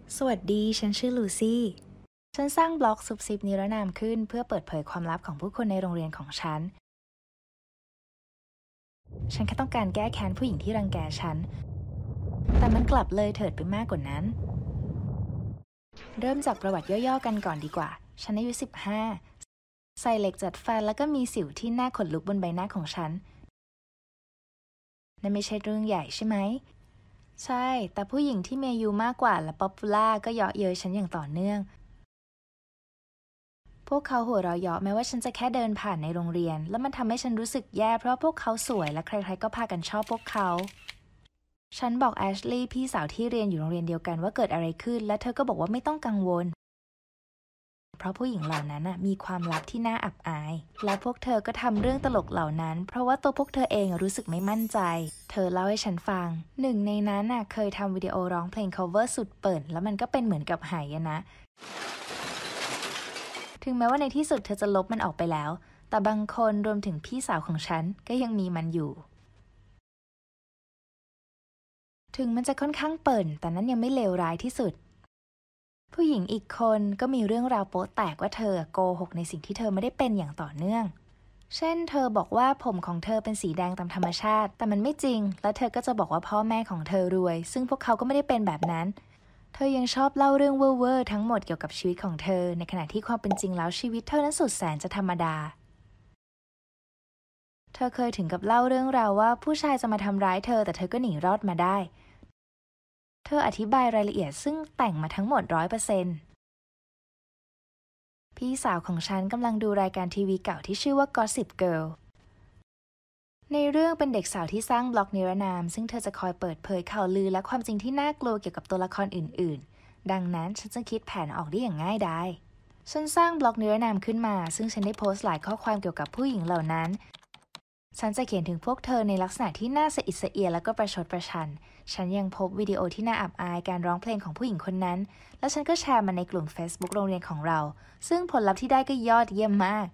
สวัสดี ฉันชื่อลูซี่ ฉันสร้างบล็อกซุบซิบนิรนามขึ้นเพื่อเปิดเผยความลับของผู้คนในโรงเรียนของฉันแค่ต้องการแก้แค้นผู้หญิงที่รังแกฉัน แต่มันกลับเลยเถิดไปมากกว่านั้น เริ่มจากประวัติย่อๆกันก่อนดีกว่า ฉันอายุ15 ใส่เหล็กจัดฟันแล้วก็มีสิวที่น่าขนลุกบนใบหน้าของฉัน นั่นไม่ใช่เรื่องใหญ่ใช่ไหม ใช่ แต่ผู้หญิงที่มีอายุมากกว่าและป๊อปปูล่าก็เยาะเย้ยฉันอย่างต่อเนื่องพวกเขาหัวเราะเยาะแม้ว่าฉันจะแค่เดินผ่านในโรงเรียนแล้วมันทำให้ฉันรู้สึกแย่เพราะพวกเขาสวยและใครๆก็พากันชอบพวกเขาฉันบอกแอชลีย์พี่สาวที่เรียนอยู่โรงเรียนเดียวกันว่าเกิดอะไรขึ้นและเธอก็บอกว่าไม่ต้องกังวลเพราะผู้หญิงเหล่านั้นมีความลับที่น่าอับอายและพวกเธอก็ทำเรื่องตลกเหล่านั้นเพราะว่าตัวพวกเธอเองรู้สึกไม่มั่นใจเธอเล่าให้ฉันฟังหนึ่งในนั้นเคยทำวิดีโอร้องเพลง cover สุดเปิ่นแล้วมันก็เป็นเหมือนกับหายนะถึงแม้ว่าในที่สุดเธอจะลบมันออกไปแล้วแต่บางคนรวมถึงพี่สาวของฉันก็ยังมีมันอยู่ถึงมันจะค่อนข้างเปิ่นแต่นั้นยังไม่เลวร้ายที่สุดผู้หญิงอีกคนก็มีเรื่องราวโป๊ะแตกว่าเธอโกหกในสิ่งที่เธอไม่ได้เป็นอย่างต่อเนื่องเช่นเธอบอกว่าผมของเธอเป็นสีแดงตามธรรมชาติแต่มันไม่จริงและเธอก็จะบอกว่าพ่อแม่ของเธอรวยซึ่งพวกเขาก็ไม่ได้เป็นแบบนั้นเธอยังชอบเล่าเรื่องเว่อร์ๆทั้งหมดเกี่ยวกับชีวิตของเธอในขณะที่ความเป็นจริงแล้วชีวิตเธอนั้นสุดแสนจะธรรมดาเธอเคยถึงกับเล่าเรื่องราวว่าผู้ชายจะมาทำร้ายเธอแต่เธอก็หนีรอดมาได้เธออธิบายรายละเอียดซึ่งแต่งมาทั้งหมด 100%พี่สาวของฉันกำลังดูรายการทีวีเก่าที่ชื่อว่า Gossip Girl ในเรื่องเป็นเด็กสาวที่สร้างบล็อกนิรนามซึ่งเธอจะคอยเปิดเผยข่าวลือและความจริงที่น่ากลัวเกี่ยวกับตัวละครอื่นๆดังนั้นฉันจึงคิดแผนออกได้อย่างง่ายดายฉันสร้างบล็อกนิรนามขึ้นมาซึ่งฉันได้โพสต์หลายข้อความเกี่ยวกับผู้หญิงเหล่านั้นฉันจะเขียนถึงพวกเธอในลักษณะที่น่าสะอิดสะเอียนและก็ประชดประชันฉันยังพบวิดีโอที่น่าอับอายการร้องเพลงของผู้หญิงคนนั้นและฉันก็แชร์มันในกลุ่ม Facebook โรงเรียนของเราซึ่งผลลัพธ์ที่ได้ก็ยอดเยี่ยมมาก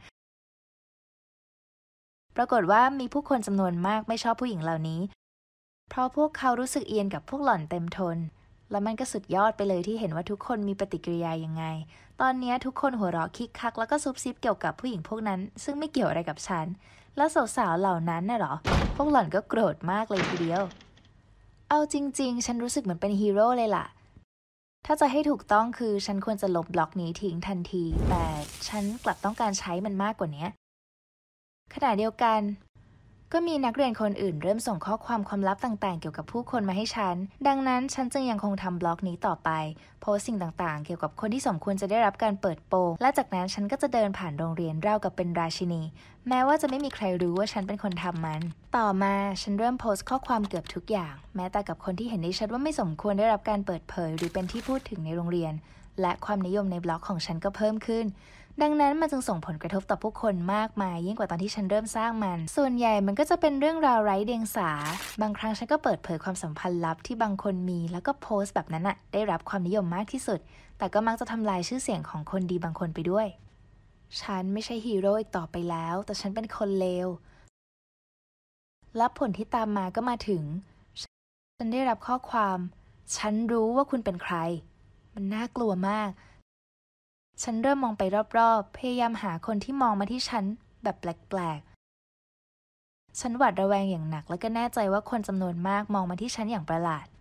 ปรากฏว่ามีผู้คนจำนวนมากไม่ชอบผู้หญิงเหล่านี้เพราะพวกเขารู้สึกเอียนกับพวกหล่อนเต็มทนและมันก็สุดยอดไปเลยที่เห็นว่าทุกคนมีปฏิกิริยายังไงตอนนี้ทุกคนหัวเราะคิกคักแล้วก็ซุบซิบเกี่ยวกับผู้หญิงพวกนั้นซึ่งไม่เกี่ยวอะไรกับฉันแล้วสาวๆเหล่านั้นน่ะเหรอพวกหล่อนก็โกรธมากเลยทีเดียวเอาจริงๆฉันรู้สึกเหมือนเป็นฮีโร่เลยล่ะถ้าจะให้ถูกต้องคือฉันควรจะลบบล็อกนี้ทิ้งทันทีแต่ฉันกลับต้องการใช้มันมากกว่านี้ขณะเดียวกันก็มีนักเรียนคนอื่นเริ่มส่งข้อความลับต่างๆเกี่ยวกับผู้คนมาให้ฉันดังนั้นฉันจึงยังคงทำบล็อกนี้ต่อไปโพสต์สิ่งต่างๆเกี่ยวกับคนที่สมควรจะได้รับการเปิดโปงและจากนั้นฉันก็จะเดินผ่านโรงเรียนราวกับเป็นราชินีแม้ว่าจะไม่มีใครรู้ว่าฉันเป็นคนทำมันต่อมาฉันเริ่มโพสต์ข้อความเกือบทุกอย่างแม้แต่กับคนที่เห็นได้ชัดว่าไม่สมควรได้รับการเปิดเผยหรือเป็นที่พูดถึงในโรงเรียนและความนิยมในบล็อกของฉันก็เพิ่มขึ้นดังนั้นมันจึงส่งผลกระทบต่อผู้คนมากมายยิ่งกว่าตอนที่ฉันเริ่มสร้างมันส่วนใหญ่มันก็จะเป็นเรื่องราวไร้เดียงสาบางครั้งฉันก็เปิดเผยความสัมพันธ์ลับที่บางคนมีแล้วก็โพสต์แบบนั้นได้รับความนิยมมากที่สุดแต่ก็มักจะทำลายชื่อเสียงของคนดีบางคนไปด้วยฉันไม่ใช่ฮีโร่อีกต่อไปแล้วแต่ฉันเป็นคนเลวและผลที่ตามมาก็มาถึงฉันได้รับข้อความฉันรู้ว่าคุณเป็นใครมันน่ากลัวมากฉันเริ่มมองไปรอบๆพยายามหาคนที่มองมาที่ฉันแบบแปลกๆฉันหวาดระแวงอย่างหนักและก็แน่ใจว่าคนจำนวนมากมองมาที่ฉันอย่างประหลาด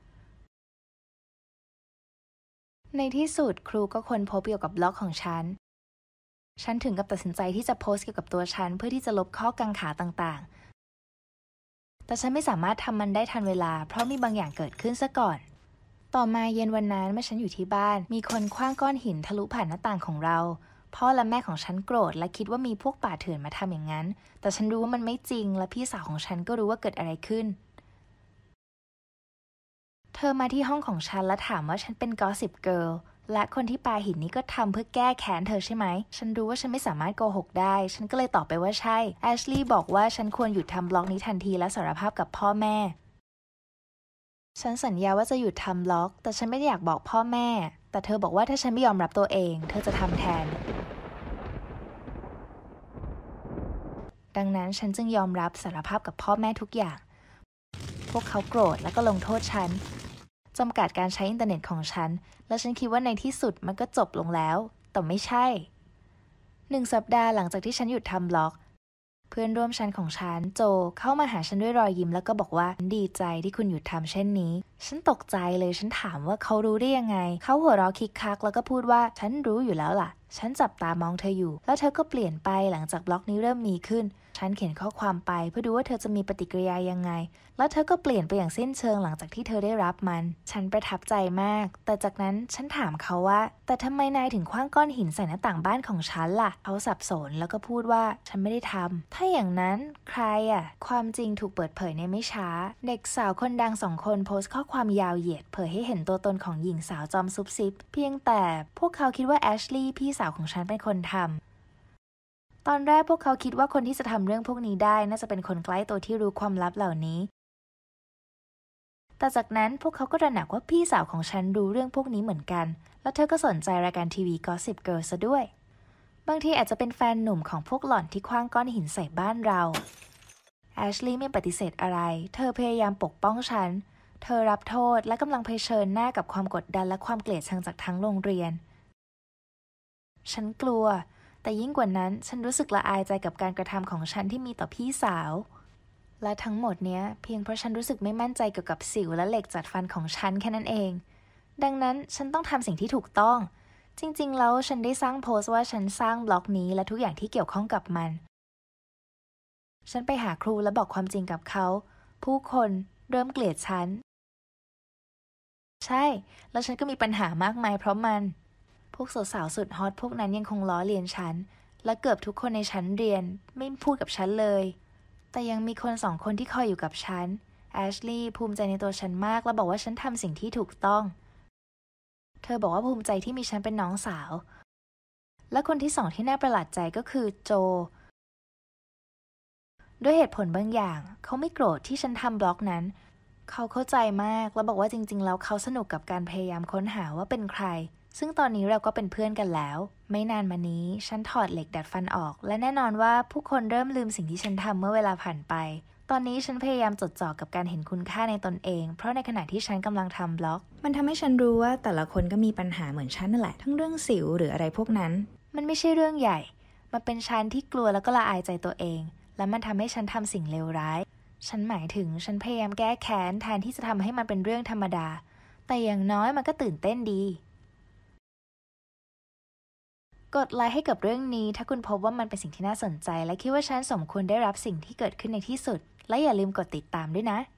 ในที่สุดครูก็ค้นพบเกี่ยวกับบล็อกของฉันถึงกับตัดสินใจที่จะโพสต์เกี่ยวกับตัวฉันเพื่อที่จะลบข้อกังขาต่างๆแต่ฉันไม่สามารถทำมันได้ทันเวลาเพราะมีบางอย่างเกิดขึ้นซะก่อนต่อมาเย็นวันนั้นเมื่อฉันอยู่ที่บ้านมีคนขว้างก้อนหินทะลุผ่านหน้าต่างของเราพ่อและแม่ของฉันโกรธและคิดว่ามีพวกป่าเถื่อนมาทำอย่างนั้นแต่ฉันรู้ว่ามันไม่จริงและพี่สาวของฉันก็รู้ว่าเกิดอะไรขึ้นเธอมาที่ห้องของฉันและถามว่าฉันเป็น Gossip Girl และคนที่ปาหินนี้ก็ทำเพื่อแก้แค้นเธอใช่ไหมฉันรู้ว่าฉันไม่สามารถโกหกได้ฉันก็เลยตอบไปว่าใช่แอชลีย์บอกว่าฉันควรหยุดทำบล็อกนี้ทันทีและสารภาพกับพ่อแม่ฉันสัญญาว่าจะหยุดทำบล็อกแต่ฉันไม่ได้อยากบอกพ่อแม่แต่เธอบอกว่าถ้าฉันไม่ยอมรับตัวเองเธอจะทำแทนดังนั้นฉันจึงยอมรับสารภาพกับพ่อแม่ทุกอย่างพวกเขาโกรธแล้วก็ลงโทษฉันจำกัดการใช้อินเทอร์เน็ตของฉันและฉันคิดว่าในที่สุดมันก็จบลงแล้วแต่ไม่ใช่1 สัปดาห์หลังจากที่ฉันหยุดทำบล็อกเพื่อนร่วมชั้นของฉันโจเข้ามาหาฉันด้วยรอยยิ้มแล้วก็บอกว่าดีใจที่คุณหยุดทำเช่นนี้ฉันตกใจเลยฉันถามว่าเขารู้ได้ยังไงเขาหัวเราะคิกคักแล้วก็พูดว่าฉันรู้อยู่แล้วล่ะฉันจับตามองเธออยู่แล้วเธอก็เปลี่ยนไปหลังจากบล็อกนี้เริ่มมีขึ้นฉันเขียนข้อความไปเพื่อดูว่าเธอจะมีปฏิกิริยายังไงแล้วเธอก็เปลี่ยนไปอย่างสิ้นเชิงหลังจากที่เธอได้รับมันฉันประทับใจมากแต่จากนั้นฉันถามเขาว่าแต่ทำไมนายถึงขว้างก้อนหินใส่หน้าต่างบ้านของฉันล่ะเขาสับสนแล้วก็พูดว่าฉันไม่ได้ทำถ้าอย่างนั้นใครความจริงถูกเปิดเผยในไม่ช้าเด็กสาวคนดัง2 คนโพสต์ข้อความยาวเหยียดเผยให้เห็นตัวตนของหญิงสาวจอมซุบซิบเพียงแต่พวกเขาคิดว่าแอชลีย์พี่สาวของฉันเป็นคนทำตอนแรกพวกเขาคิดว่าคนที่จะทำเรื่องพวกนี้ได้น่าจะเป็นคนใกล้ตัวที่รู้ความลับเหล่านี้แต่จากนั้นพวกเขาก็ตระหนักว่าพี่สาวของฉันรู้เรื่องพวกนี้เหมือนกันแล้วเธอก็สนใจรายการทีวี Gossip Girl ซะด้วยบางทีอาจจะเป็นแฟนหนุ่มของพวกหล่อนที่ขว้างก้อนหินใส่บ้านเราแอชลีย์ไม่ปฏิเสธอะไรเธอพยายามปกป้องฉันเธอรับโทษและกำลังเผชิญหน้ากับความกดดันและความเกลียดชังจากทั้งโรงเรียนฉันกลัวแต่ยิ่งกว่านั้นฉันรู้สึกละอายใจกับการกระทำของฉันที่มีต่อพี่สาวและทั้งหมดเนี้ยเพียงเพราะฉันรู้สึกไม่มั่นใจเกี่ยวกับสิวและเหล็กจัดฟันของฉันแค่นั้นเองดังนั้นฉันต้องทำสิ่งที่ถูกต้องจริงๆแล้วฉันได้สร้างโพสต์ว่าฉันสร้างบล็อกนี้และทุกอย่างที่เกี่ยวข้องกับมันฉันไปหาครูและบอกความจริงกับเขาผู้คนเริ่มเกลียดฉันใช่แล้วฉันก็มีปัญหามากมายเพราะมันพวกสาวๆสุดฮอตพวกนั้นยังคงล้อเลียนฉันและเกือบทุกคนในชั้นเรียนไม่พูดกับฉันเลยแต่ยังมีคน2 คนที่คอยอยู่กับฉันแอชลีย์ภูมิใจในตัวฉันมากและบอกว่าฉันทำสิ่งที่ถูกต้องเธอบอกว่าภูมิใจที่มีฉันเป็นน้องสาวและคนที่2ที่น่าประหลาดใจก็คือโจด้วยเหตุผลบางอย่างเขาไม่โกรธที่ฉันทำบล็อกนั้นเขาเข้าใจมากและบอกว่าจริงๆแล้วเขาสนุกกับการพยายามค้นหาว่าเป็นใครซึ่งตอนนี้เราก็เป็นเพื่อนกันแล้วไม่นานมานี้ฉันถอดเหล็กดัดฟันออกและแน่นอนว่าผู้คนเริ่มลืมสิ่งที่ฉันทำเมื่อเวลาผ่านไปตอนนี้ฉันพยายามจดจ่อกับการเห็นคุณค่าในตนเองเพราะในขณะที่ฉันกำลังทำบล็อกมันทำให้ฉันรู้ว่าแต่ละคนก็มีปัญหาเหมือนฉันนั่นแหละทั้งเรื่องสิวหรืออะไรพวกนั้นมันไม่ใช่เรื่องใหญ่มันเป็นฉันที่กลัวแล้วก็ละอายใจตัวเองและมันทำให้ฉันทำสิ่งเลวร้ายฉันหมายถึงฉันพยายามแก้แค้นแทนที่จะทำให้มันเป็นเรื่องธรรมดาแต่อย่างน้อยมันก็ตื่นเต้นดีกดไลค์ให้กับเรื่องนี้ถ้าคุณพบว่ามันเป็นสิ่งที่น่าสนใจและคิดว่าฉันสมควรได้รับสิ่งที่เกิดขึ้นในที่สุดและอย่าลืมกดติดตามด้วยนะ